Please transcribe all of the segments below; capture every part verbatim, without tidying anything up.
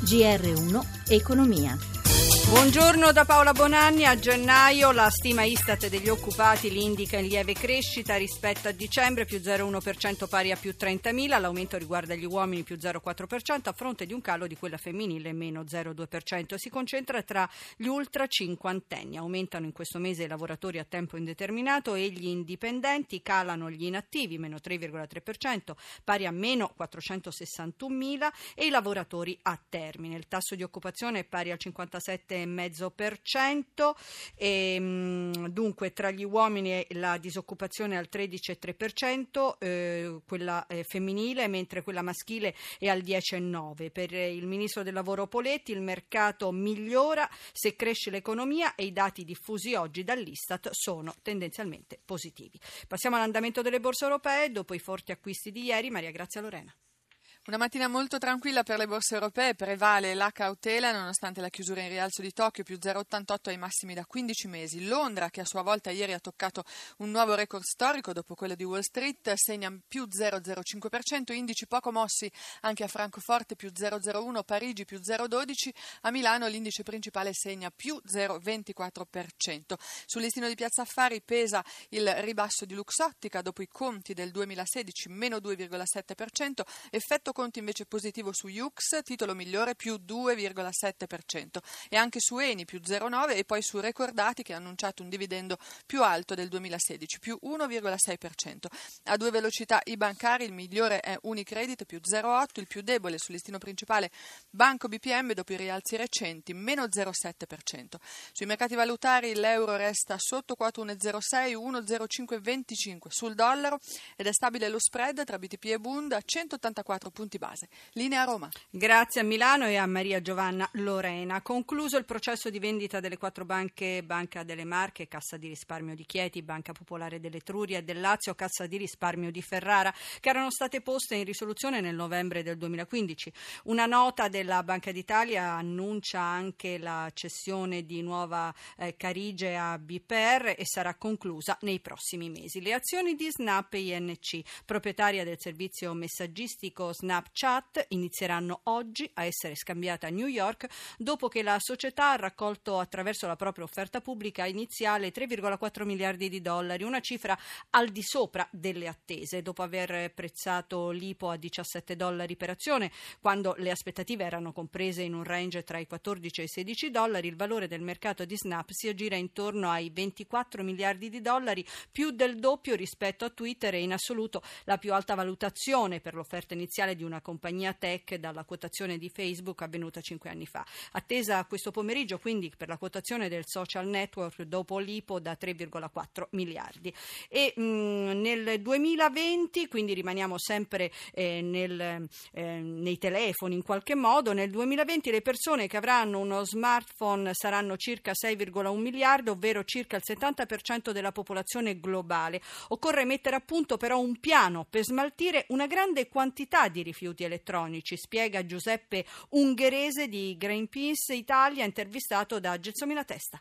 G R uno Economia. Buongiorno da Paola Bonanni. A gennaio la stima Istat degli occupati li indica in lieve crescita rispetto a dicembre, più zero virgola uno per cento pari a più trentamila. L'aumento riguarda gli uomini, più zero virgola quattro per cento, a fronte di un calo di quella femminile, meno zero virgola due per cento. Si concentra tra gli ultra cinquantenni. Aumentano in questo mese i lavoratori a tempo indeterminato e gli indipendenti. Calano gli inattivi, meno tre virgola tre per cento, pari a meno quattrocentosessantunomila, e i lavoratori a termine. Il tasso di occupazione è pari al cinquantasette virgola cinque per cento e dunque tra gli uomini la disoccupazione è al tredici virgola tre per cento, eh, quella eh, femminile, mentre quella maschile è al dieci virgola nove per cento. Per il ministro del lavoro Poletti il mercato migliora se cresce l'economia e i dati diffusi oggi dall'Istat sono tendenzialmente positivi. Passiamo all'andamento delle borse europee. Dopo i forti acquisti di ieri, Maria Grazia Lorena. Una mattina molto tranquilla per le borse europee, prevale la cautela nonostante la chiusura in rialzo di Tokyo, più zero virgola ottantotto ai massimi da quindici mesi. Londra, che a sua volta ieri ha toccato un nuovo record storico dopo quello di Wall Street, segna più zero virgola zero cinque per cento, indici poco mossi anche a Francoforte più zero virgola zero uno, Parigi più zero virgola dodici, a Milano l'indice principale segna più zero virgola ventiquattro per cento. Sul listino di Piazza Affari pesa il ribasso di Luxottica dopo i conti del duemilasedici, meno due virgola sette per cento, effetto conti invece positivo su Yux, titolo migliore, più due virgola sette per cento, e anche su Eni più zero virgola nove per cento, e poi su Recordati, che ha annunciato un dividendo più alto del duemilasedici, più uno virgola sei per cento. A due velocità i bancari, il migliore è Unicredit più zero virgola otto, il più debole sul listino principale Banco B P M dopo i rialzi recenti, meno zero virgola sette per cento. Sui mercati valutari l'euro resta sotto quota uno virgola zero sei, uno virgola zero cinque venticinque sul dollaro ed è stabile lo spread tra B T P e Bund a centottantaquattro punti base. Linea a Roma. Grazie a Milano e a Maria Giovanna Lorena. Concluso il processo di vendita delle quattro banche: Banca delle Marche, Cassa di risparmio di Chieti, Banca Popolare dell'Etruria e del Lazio, Cassa di risparmio di Ferrara, che erano state poste in risoluzione nel novembre del duemilaquindici. Una nota della Banca d'Italia annuncia anche la cessione di Nuova eh, Carige a B P R e sarà conclusa nei prossimi mesi. Le azioni di Snap e I N C, proprietaria del servizio messaggistico Snapchat, inizieranno oggi a essere scambiate a New York dopo che la società ha raccolto attraverso la propria offerta pubblica iniziale tre virgola quattro miliardi di dollari, una cifra al di sopra delle attese, dopo aver prezzato l'I P O a diciassette dollari per azione, quando le aspettative erano comprese in un range tra i quattordici e i sedici dollari. Il valore del mercato di Snap si aggira intorno ai ventiquattro miliardi di dollari, più del doppio rispetto a Twitter e in assoluto la più alta valutazione per l'offerta iniziale di una compagnia tech dalla quotazione di Facebook avvenuta cinque anni fa. Attesa questo pomeriggio quindi per la quotazione del social network dopo l'I P O da tre virgola quattro miliardi. E mh, nel duemilaventi, quindi rimaniamo sempre eh, nel, eh, nei telefoni in qualche modo, nel duemilaventi le persone che avranno uno smartphone saranno circa sei virgola uno miliardi, ovvero circa il settanta per cento della popolazione globale. Occorre mettere a punto però un piano per smaltire una grande quantità di rifiuti elettronici, spiega Giuseppe Ungherese di Greenpeace Italia, intervistato da Gelsomina Testa.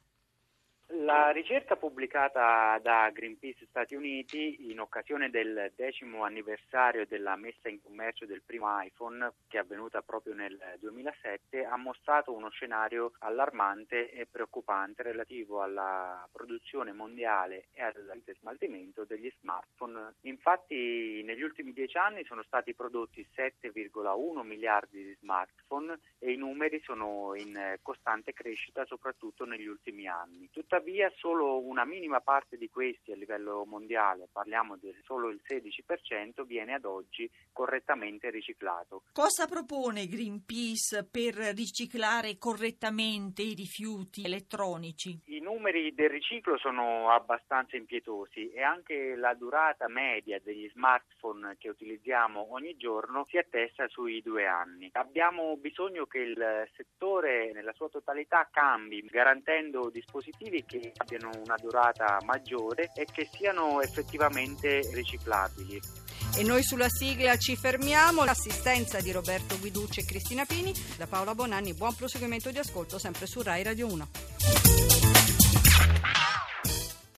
La ricerca pubblicata da Greenpeace Stati Uniti in occasione del decimo anniversario della messa in commercio del primo iPhone, che è avvenuta proprio nel duemilasette, ha mostrato uno scenario allarmante e preoccupante relativo alla produzione mondiale e al smaltimento degli smartphone. Infatti negli ultimi dieci anni sono stati prodotti sette virgola uno miliardi di smartphone e i numeri sono in costante crescita soprattutto negli ultimi anni. Tuttavia solo una minima parte di questi a livello mondiale, parliamo di solo il sedici per cento, viene ad oggi correttamente riciclato. Cosa propone Greenpeace per riciclare correttamente i rifiuti elettronici? I numeri del riciclo sono abbastanza impietosi e anche la durata media degli smartphone che utilizziamo ogni giorno si attesta sui due anni. Abbiamo bisogno che il settore nella sua totalità cambi, garantendo dispositivi che abbiano una durata maggiore e che siano effettivamente riciclabili. E noi sulla sigla ci fermiamo. L'assistenza di Roberto Guiducci e Cristina Pini, da Paola Bonanni. Buon proseguimento di ascolto sempre su Rai Radio uno.